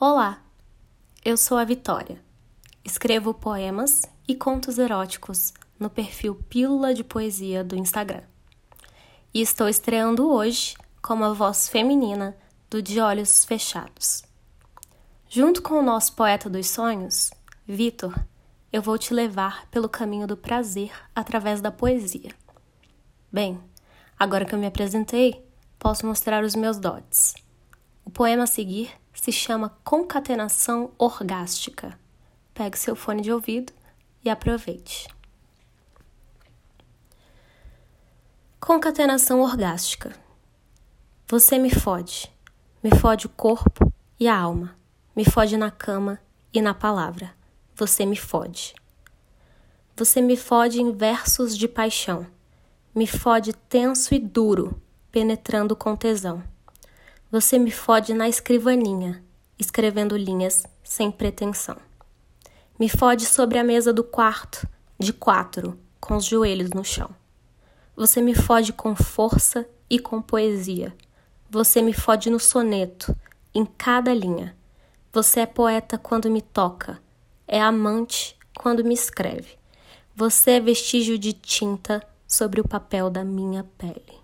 Olá, eu sou a Vitória. Escrevo poemas e contos eróticos no perfil Pílula de Poesia do Instagram. E estou estreando hoje como a voz feminina do De Olhos Fechados. Junto com o nosso poeta dos sonhos, Vitor, eu vou te levar pelo caminho do prazer através da poesia. Bem, agora que eu me apresentei, posso mostrar os meus dotes. O poema a seguir se chama Concatenação Orgástica. Pegue seu fone de ouvido e aproveite. Concatenação orgástica. Você me fode o corpo e a alma, me fode na cama e na palavra. Você me fode. Você me fode em versos de paixão, me fode tenso e duro, penetrando com tesão. Você me fode na escrivaninha, escrevendo linhas sem pretensão. Me fode sobre a mesa do quarto, de quatro, com os joelhos no chão. Você me fode com força e com poesia. Você me fode no soneto, em cada linha. Você é poeta quando me toca, é amante quando me escreve. Você é vestígio de tinta sobre o papel da minha pele.